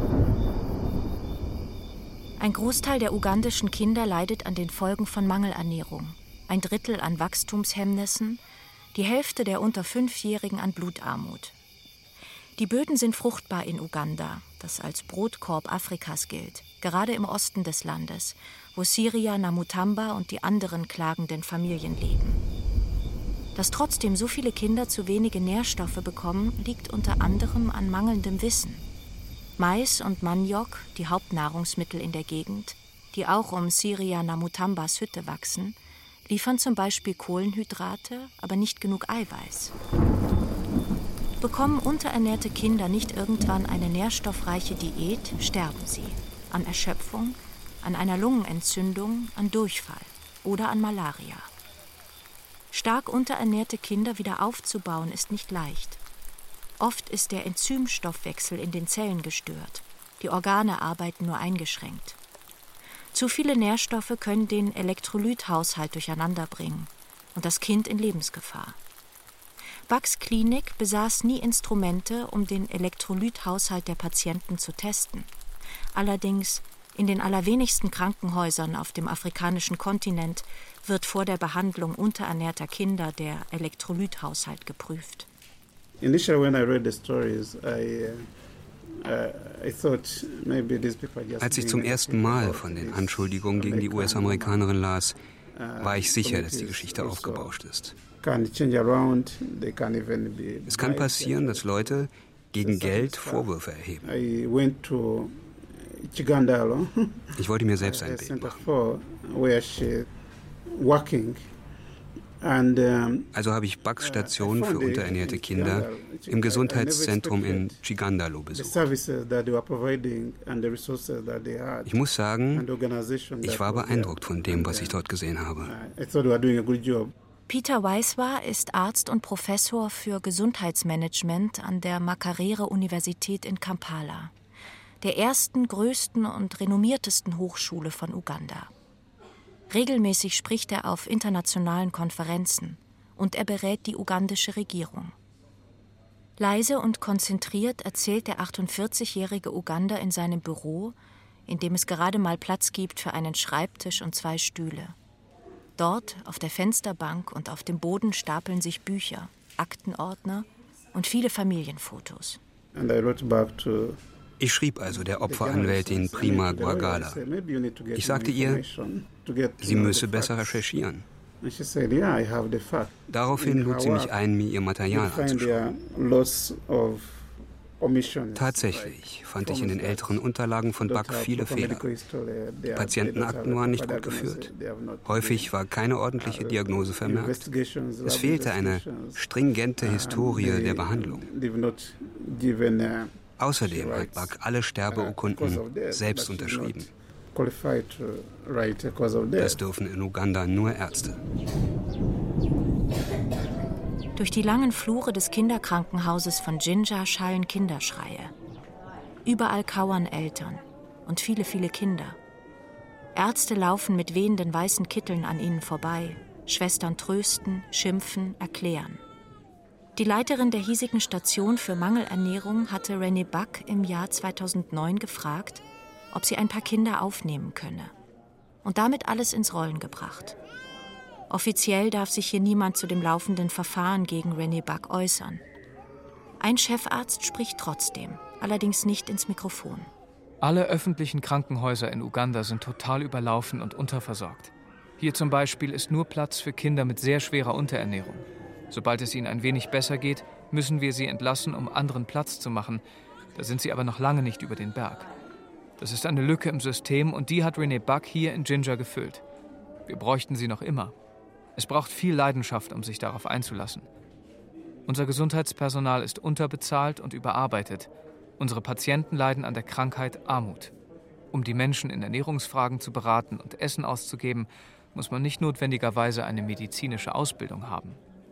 Ein Großteil der ugandischen Kinder leidet an den Folgen von Mangelernährung, 1/3 an Wachstumshemmnissen, die Hälfte der unter 5-Jährigen an Blutarmut. Die Böden sind fruchtbar in Uganda, das als Brotkorb Afrikas gilt, gerade im Osten des Landes, wo Cyria Namutamba und die anderen klagenden Familien leben. Dass trotzdem so viele Kinder zu wenige Nährstoffe bekommen, liegt unter anderem an mangelndem Wissen. Mais und Maniok, die Hauptnahrungsmittel in der Gegend, die auch um Cyria Namutambas Hütte wachsen, liefern zum Beispiel Kohlenhydrate, aber nicht genug Eiweiß. Bekommen unterernährte Kinder nicht irgendwann eine nährstoffreiche Diät, sterben sie. An Erschöpfung, an einer Lungenentzündung, an Durchfall oder an Malaria. Stark unterernährte Kinder wieder aufzubauen, ist nicht leicht. Oft ist der Enzymstoffwechsel in den Zellen gestört. Die Organe arbeiten nur eingeschränkt. Zu viele Nährstoffe können den Elektrolythaushalt durcheinanderbringen und das Kind in Lebensgefahr. Bucks Klinik besaß nie Instrumente, um den Elektrolythaushalt der Patienten zu testen. Allerdings, in den allerwenigsten Krankenhäusern auf dem afrikanischen Kontinent wird vor der Behandlung unterernährter Kinder der Elektrolythaushalt geprüft. Als ich zum ersten Mal von den Anschuldigungen gegen die US-Amerikanerin las, war ich sicher, dass die Geschichte aufgebauscht ist. Es kann passieren, dass Leute gegen Geld Vorwürfe erheben. Ich wollte mir selbst ein Bild machen. Also habe ich Bucks Station für unterernährte Kinder im Gesundheitszentrum in Chigandalo besucht. Ich muss sagen, ich war beeindruckt von dem, was ich dort gesehen habe. Peter Waiswa ist Arzt und Professor für Gesundheitsmanagement an der Makerere-Universität in Kampala, der ersten, größten und renommiertesten Hochschule von Uganda. Regelmäßig spricht er auf internationalen Konferenzen und er berät die ugandische Regierung. Leise und konzentriert erzählt der 48-jährige Uganda in seinem Büro, in dem es gerade mal Platz gibt für einen Schreibtisch und 2 Stühle. Dort, auf der Fensterbank und auf dem Boden stapeln sich Bücher, Aktenordner und viele Familienfotos. Ich schrieb also der Opferanwältin Prima Gwagala. Ich sagte ihr, sie müsse besser recherchieren. Daraufhin lud sie mich ein, mir ihr Material anzuschauen. Tatsächlich fand ich in den älteren Unterlagen von Buck viele Fehler. Die Patientenakten waren nicht gut geführt. Häufig war keine ordentliche Diagnose vermerkt. Es fehlte eine stringente Historie der Behandlung. Außerdem hat Buck alle Sterbeurkunden selbst unterschrieben. Das dürfen in Uganda nur Ärzte. Durch die langen Flure des Kinderkrankenhauses von Jinja schallen Kinderschreie. Überall kauern Eltern und viele, viele Kinder. Ärzte laufen mit wehenden weißen Kitteln an ihnen vorbei. Schwestern trösten, schimpfen, erklären. Die Leiterin der hiesigen Station für Mangelernährung hatte Renée Buck im Jahr 2009 gefragt, ob sie ein paar Kinder aufnehmen könne. Und damit alles ins Rollen gebracht. Offiziell darf sich hier niemand zu dem laufenden Verfahren gegen Renée Buck äußern. Ein Chefarzt spricht trotzdem, allerdings nicht ins Mikrofon. Alle öffentlichen Krankenhäuser in Uganda sind total überlaufen und unterversorgt. Hier zum Beispiel ist nur Platz für Kinder mit sehr schwerer Unterernährung. Sobald es ihnen ein wenig besser geht, müssen wir sie entlassen, um anderen Platz zu machen. Da sind sie aber noch lange nicht über den Berg. Das ist eine Lücke im System und die hat Renee Buck hier in Jinja gefüllt. Wir bräuchten sie noch immer. Es braucht viel Leidenschaft, um sich darauf einzulassen. Unser Gesundheitspersonal ist unterbezahlt und überarbeitet. Unsere Patienten leiden an der Krankheit Armut. Um die Menschen in Ernährungsfragen zu beraten und Essen auszugeben, muss man nicht notwendigerweise eine medizinische Ausbildung haben.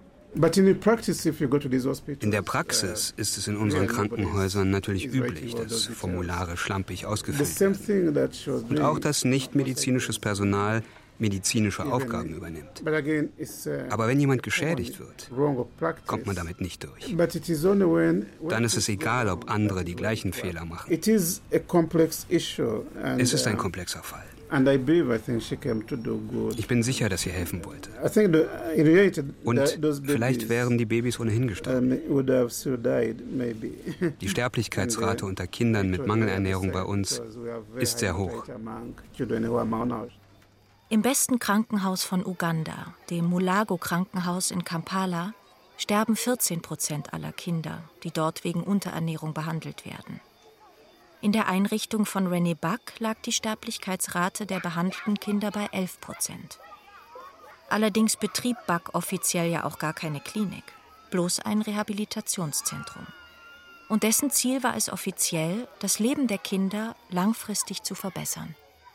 In der Praxis ist es in unseren Krankenhäusern natürlich üblich, dass Formulare schlampig ausgefüllt werden. Und auch, dass nicht-medizinisches Personal medizinische Aufgaben übernimmt. Aber wenn jemand geschädigt wird, kommt man damit nicht durch. Dann ist es egal, ob andere die gleichen Fehler machen. Es ist ein komplexer Fall. Ich bin sicher, dass sie helfen wollte. Und vielleicht wären die Babys ohnehin gestorben. Die Sterblichkeitsrate unter Kindern mit Mangelernährung bei uns ist sehr hoch. Im besten Krankenhaus von Uganda, dem Mulago-Krankenhaus in Kampala, sterben 14% aller Kinder, die dort wegen Unterernährung behandelt werden. In der Einrichtung von Renee Buck lag die Sterblichkeitsrate der behandelten Kinder bei 11%. Allerdings betrieb Buck offiziell ja auch gar keine Klinik, bloß ein Rehabilitationszentrum. Und dessen Ziel war es offiziell, das Leben der Kinder langfristig zu verbessern.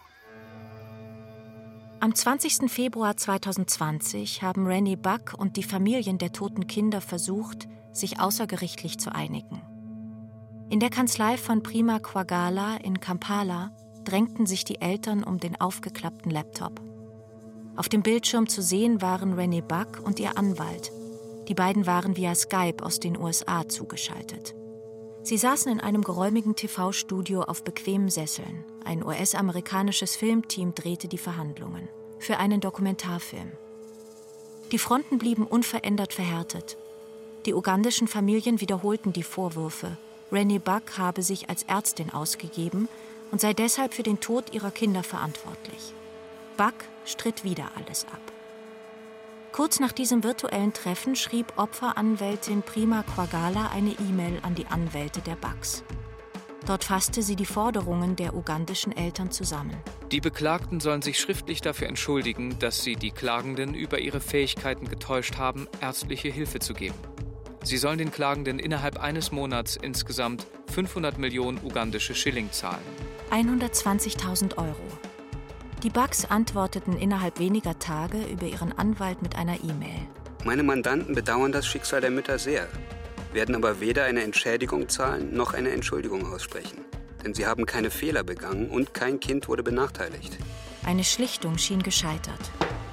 Am 20. Februar 2020 haben Renee Buck und die Familien der toten Kinder versucht, sich außergerichtlich zu einigen. In der Kanzlei von Prima Kwagala in Kampala drängten sich die Eltern um den aufgeklappten Laptop. Auf dem Bildschirm zu sehen waren Renee Buck und ihr Anwalt. Die beiden waren via Skype aus den USA zugeschaltet. Sie saßen in einem geräumigen TV-Studio auf bequemen Sesseln. Ein US-amerikanisches Filmteam drehte die Verhandlungen für einen Dokumentarfilm. Die Fronten blieben unverändert verhärtet. Die ugandischen Familien wiederholten die Vorwürfe. Renee Buck habe sich als Ärztin ausgegeben und sei deshalb für den Tod ihrer Kinder verantwortlich. Buck stritt wieder alles ab. Kurz nach diesem virtuellen Treffen schrieb Opferanwältin Prima Kwagala eine E-Mail an die Anwälte der Bucks. Dort fasste sie die Forderungen der ugandischen Eltern zusammen. Die Beklagten sollen sich schriftlich dafür entschuldigen, dass sie die Klagenden über ihre Fähigkeiten getäuscht haben, ärztliche Hilfe zu geben. Sie sollen den Klagenden innerhalb eines Monats insgesamt 500 Millionen ugandische Schilling zahlen. 120.000 €. Die Bucks antworteten innerhalb weniger Tage über ihren Anwalt mit einer E-Mail. Meine Mandanten bedauern das Schicksal der Mütter sehr, werden aber weder eine Entschädigung zahlen noch eine Entschuldigung aussprechen. Denn sie haben keine Fehler begangen und kein Kind wurde benachteiligt. Eine Schlichtung schien gescheitert.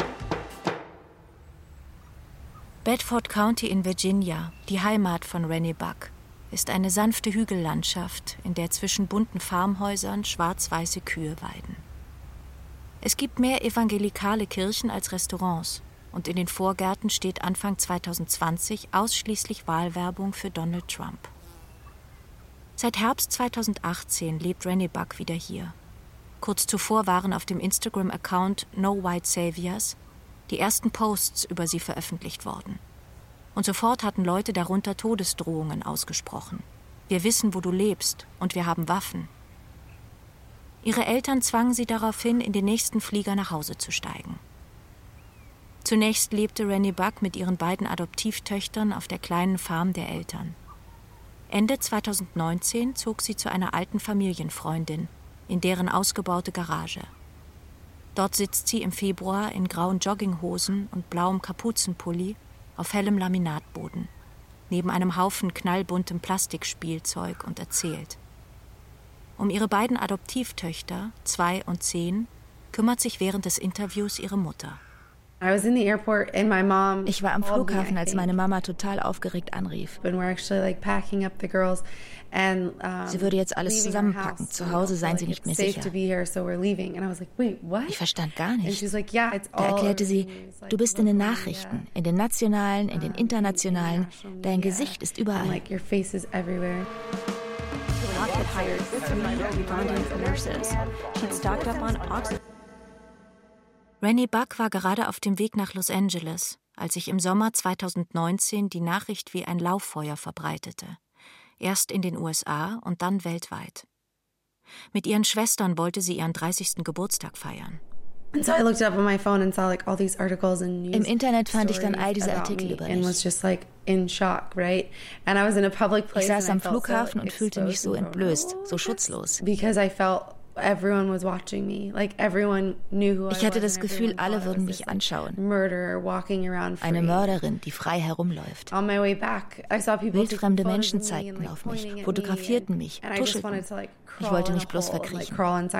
Bedford County in Virginia, die Heimat von Renee Buck, ist eine sanfte Hügellandschaft, in der zwischen bunten Farmhäusern schwarz-weiße Kühe weiden. Es gibt mehr evangelikale Kirchen als Restaurants und in den Vorgärten steht Anfang 2020 ausschließlich Wahlwerbung für Donald Trump. Seit Herbst 2018 lebt Renee Buck wieder hier. Kurz zuvor waren auf dem Instagram-Account No White Saviors die ersten Posts über sie veröffentlicht worden. Und sofort hatten Leute darunter Todesdrohungen ausgesprochen. Wir wissen, wo du lebst, und wir haben Waffen. Ihre Eltern zwangen sie daraufhin, in den nächsten Flieger nach Hause zu steigen. Zunächst lebte Renee Buck mit ihren beiden Adoptivtöchtern auf der kleinen Farm der Eltern. Ende 2019 zog sie zu einer alten Familienfreundin in deren ausgebaute Garage. Dort sitzt sie im Februar in grauen Jogginghosen und blauem Kapuzenpulli auf hellem Laminatboden, neben einem Haufen knallbuntem Plastikspielzeug und erzählt. Um ihre beiden Adoptivtöchter, 2 und 10, kümmert sich während des Interviews ihre Mutter. Ich war am Flughafen, als meine Mama total aufgeregt anrief. Sie würde jetzt alles zusammenpacken. Zu Hause seien sie nicht mehr sicher. Ich verstand gar nicht. Da erklärte sie, du bist in den Nachrichten, in den nationalen, in den internationalen. Dein Gesicht ist überall. Renee Buck war gerade auf dem Weg nach Los Angeles, als sich im Sommer 2019 die Nachricht wie ein Lauffeuer verbreitete. Erst in den USA und dann weltweit. Mit ihren Schwestern wollte sie ihren 30. Geburtstag feiern. Im Internet fand ich dann all diese Artikel über mich. Ich saß am Flughafen und fühlte mich so entblößt, so schutzlos. Ich hatte das Gefühl, alle würden mich anschauen. Eine Mörderin, die frei herumläuft. Wildfremde Menschen zeigten auf mich, fotografierten mich, tuschelten. Ich wollte mich bloß verkriechen.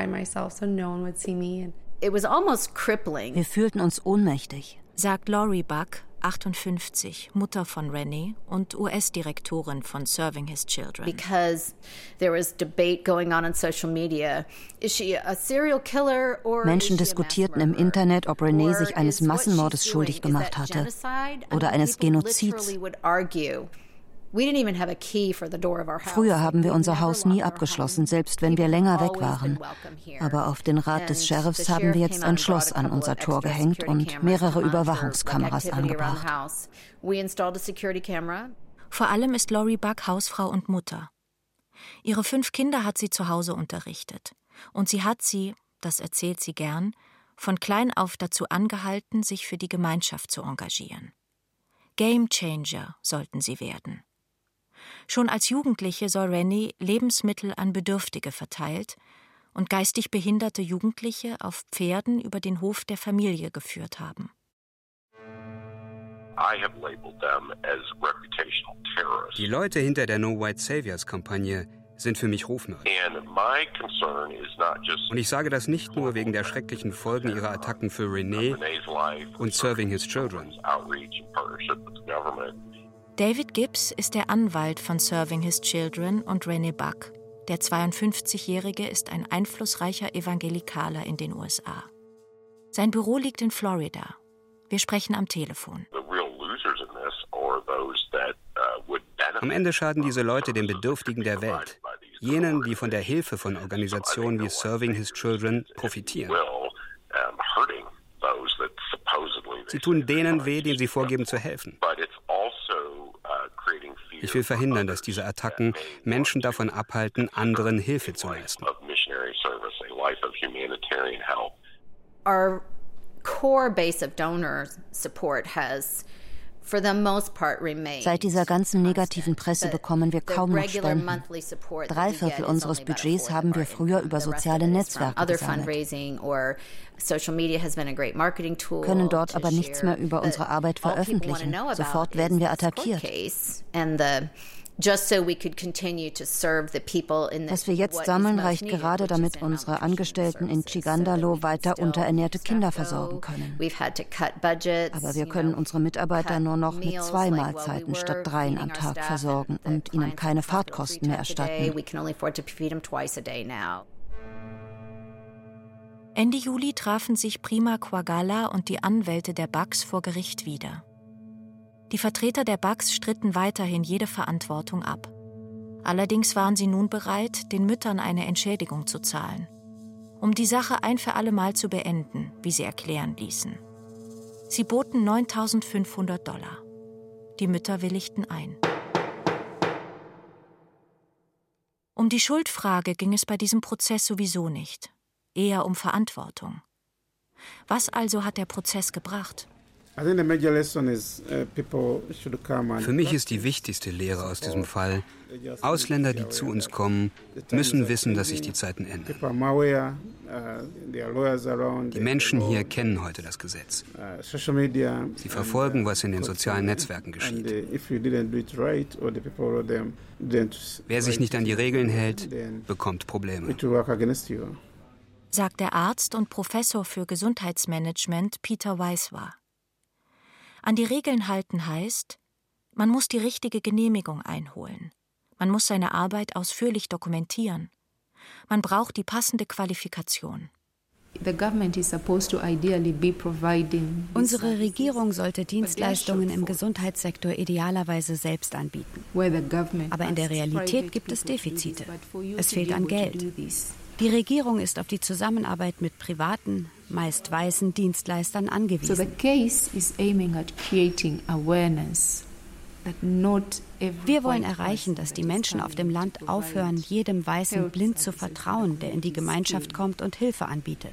Wir fühlten uns ohnmächtig, sagt Lori Buck, 58, Mutter von Renee und US-Direktorin von Serving His Children. Because there was debate going on social media. Is she a serial killer or Menschen diskutierten im Internet, ob Renee sich eines Massenmordes schuldig gemacht hatte oder eines Genozids. Früher haben wir unser Haus nie abgeschlossen, selbst wenn wir länger weg waren. Aber auf den Rat des Sheriffs haben wir jetzt ein Schloss an unser Tor gehängt und mehrere Überwachungskameras angebracht. Vor allem ist Lori Buck Hausfrau und Mutter. Ihre 5 Kinder hat sie zu Hause unterrichtet. Und sie hat sie, das erzählt sie gern, von klein auf dazu angehalten, sich für die Gemeinschaft zu engagieren. Game Changer sollten sie werden. Schon als Jugendliche soll Renee Lebensmittel an Bedürftige verteilt und geistig behinderte Jugendliche auf Pferden über den Hof der Familie geführt haben. Die Leute hinter der No White Saviors-Kampagne sind für mich Rufmörder. Und ich sage das nicht nur wegen der schrecklichen Folgen ihrer Attacken für Renee und Serving His Children. David Gibbs ist der Anwalt von Serving His Children und Renee Buck. Der 52-Jährige ist ein einflussreicher Evangelikaler in den USA. Sein Büro liegt in Florida. Wir sprechen am Telefon. Am Ende schaden diese Leute den Bedürftigen der Welt. Jenen, die von der Hilfe von Organisationen wie Serving His Children profitieren. Sie tun denen weh, denen sie vorgeben zu helfen. Ich will verhindern, dass diese Attacken Menschen davon abhalten, anderen Hilfe zu leisten. Our core base of donor support has Seit dieser ganzen negativen Presse bekommen wir kaum noch Spenden. 3/4 unseres Budgets haben wir früher über soziale Netzwerke gesammelt, können dort aber nichts mehr über unsere Arbeit veröffentlichen. Sofort werden wir attackiert. Was wir jetzt sammeln, reicht gerade, damit unsere Angestellten in Chigandalo weiter unterernährte Kinder versorgen können. Aber wir können unsere Mitarbeiter nur noch mit 2 Mahlzeiten statt 3 am Tag versorgen und ihnen keine Fahrtkosten mehr erstatten. Ende Juli trafen sich Prima Quagala und die Anwälte der Bucks vor Gericht wieder. Die Vertreter der Bucks stritten weiterhin jede Verantwortung ab. Allerdings waren sie nun bereit, den Müttern eine Entschädigung zu zahlen, um die Sache ein für alle Mal zu beenden, wie sie erklären ließen. Sie boten $9.500. Die Mütter willigten ein. Um die Schuldfrage ging es bei diesem Prozess sowieso nicht, eher um Verantwortung. Was also hat der Prozess gebracht? Für mich ist die wichtigste Lehre aus diesem Fall, Ausländer, die zu uns kommen, müssen wissen, dass sich die Zeiten ändern. Die Menschen hier kennen heute das Gesetz. Sie verfolgen, was in den sozialen Netzwerken geschieht. Wer sich nicht an die Regeln hält, bekommt Probleme, sagt der Arzt und Professor für Gesundheitsmanagement Peter Weiswar. An die Regeln halten heißt, man muss die richtige Genehmigung einholen. Man muss seine Arbeit ausführlich dokumentieren. Man braucht die passende Qualifikation. Unsere Regierung sollte Dienstleistungen im Gesundheitssektor idealerweise selbst anbieten. Aber in der Realität gibt es Defizite. Es fehlt an Geld. Die Regierung ist auf die Zusammenarbeit mit privaten, meist weißen Dienstleistern angewiesen. So the case is aiming at creating awareness. Wir wollen erreichen, dass die Menschen auf dem Land aufhören, jedem Weißen blind zu vertrauen, der in die Gemeinschaft kommt und Hilfe anbietet.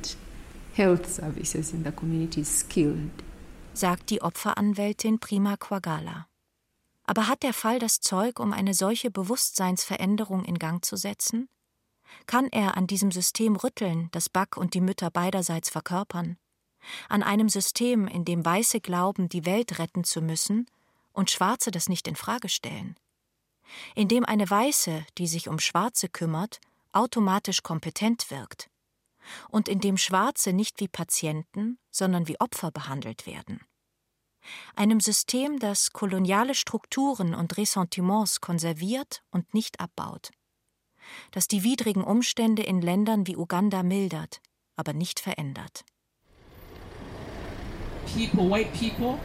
Sagt die Opferanwältin Prima Quagala. Aber hat der Fall das Zeug, um eine solche Bewusstseinsveränderung in Gang zu setzen? Kann er an diesem System rütteln, das Buck und die Mütter beiderseits verkörpern? An einem System, in dem Weiße glauben, die Welt retten zu müssen und Schwarze das nicht in Frage stellen? In dem eine Weiße, die sich um Schwarze kümmert, automatisch kompetent wirkt? Und in dem Schwarze nicht wie Patienten, sondern wie Opfer behandelt werden? Einem System, das koloniale Strukturen und Ressentiments konserviert und nicht abbaut. Das die widrigen Umstände in Ländern wie Uganda mildert, aber nicht verändert. White people.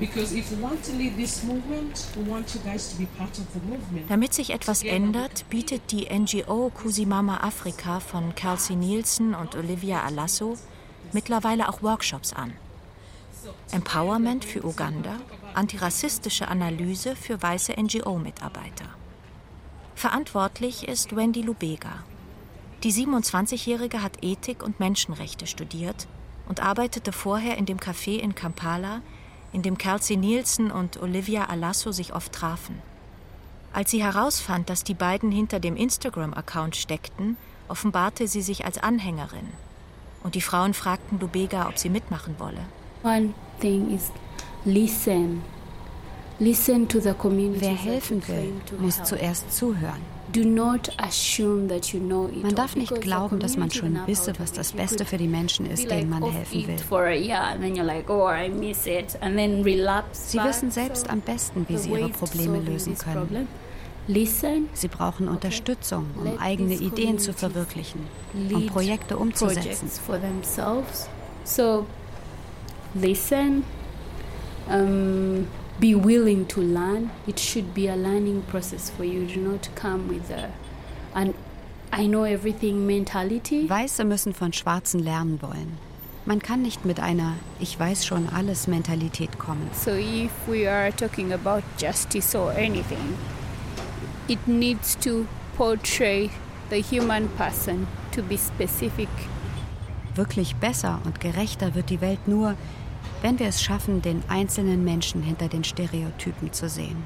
Damit sich etwas ändert, bietet die NGO Kusimama Afrika von Kelsey Nielsen und Olivia Alasso mittlerweile auch Workshops an. Empowerment für Uganda, antirassistische Analyse für weiße NGO-Mitarbeiter. Verantwortlich ist Wendy Lubega. Die 27-Jährige hat Ethik und Menschenrechte studiert und arbeitete vorher in dem Café in Kampala, in dem Kelsey Nielsen und Olivia Alasso sich oft trafen. Als sie herausfand, dass die beiden hinter dem Instagram-Account steckten, offenbarte sie sich als Anhängerin. Und die Frauen fragten Lubega, ob sie mitmachen wolle. One thing is listen. Listen to the community. Wer helfen will, muss zuerst zuhören. Do not assume that you know it. Man darf nicht glauben, dass man schon wisse, was das Beste für die Menschen ist, denen man helfen will. Sie wissen selbst am besten, wie sie ihre Probleme lösen können. Sie brauchen Unterstützung, um eigene Ideen zu verwirklichen, um Projekte umzusetzen. So, listen. Be willing to learn. It should be a learning process for you. Do not come with an I know everything mentality. Weiße müssen von Schwarzen lernen wollen. Man kann nicht mit einer Ich weiß schon alles Mentalität kommen. So if we are talking about justice or anything, it needs to portray the human person, to be specific. Wirklich besser und gerechter wird die Welt nur, wenn wir es schaffen, den einzelnen Menschen hinter den Stereotypen zu sehen.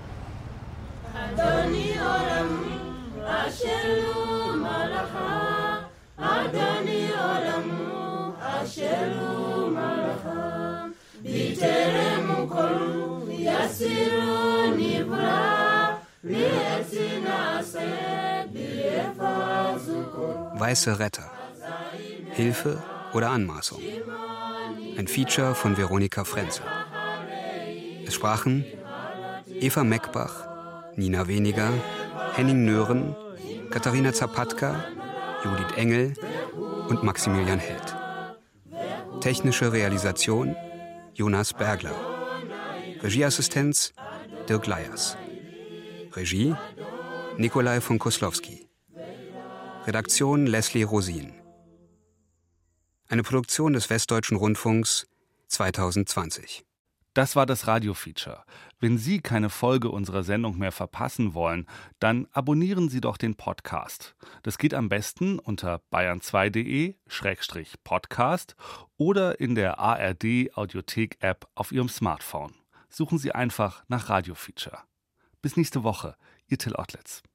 Weiße Retter. Hilfe oder Anmaßung? Ein Feature von Veronika Frenzel. Es sprachen Eva Meckbach, Nina Weniger, Henning Nören, Katharina Zapatka, Judith Engel und Maximilian Held. Technische Realisation Jonas Bergler. Regieassistenz Dirk Leyers. Regie Nikolai von Koslowski. Redaktion Leslie Rosin. Eine Produktion des Westdeutschen Rundfunks 2020. Das war das Radio-Feature. Wenn Sie keine Folge unserer Sendung mehr verpassen wollen, dann abonnieren Sie doch den Podcast. Das geht am besten unter bayern2.de/podcast oder in der ARD-Audiothek-App auf Ihrem Smartphone. Suchen Sie einfach nach Radio-Feature. Bis nächste Woche, Ihr Till Ottlitz.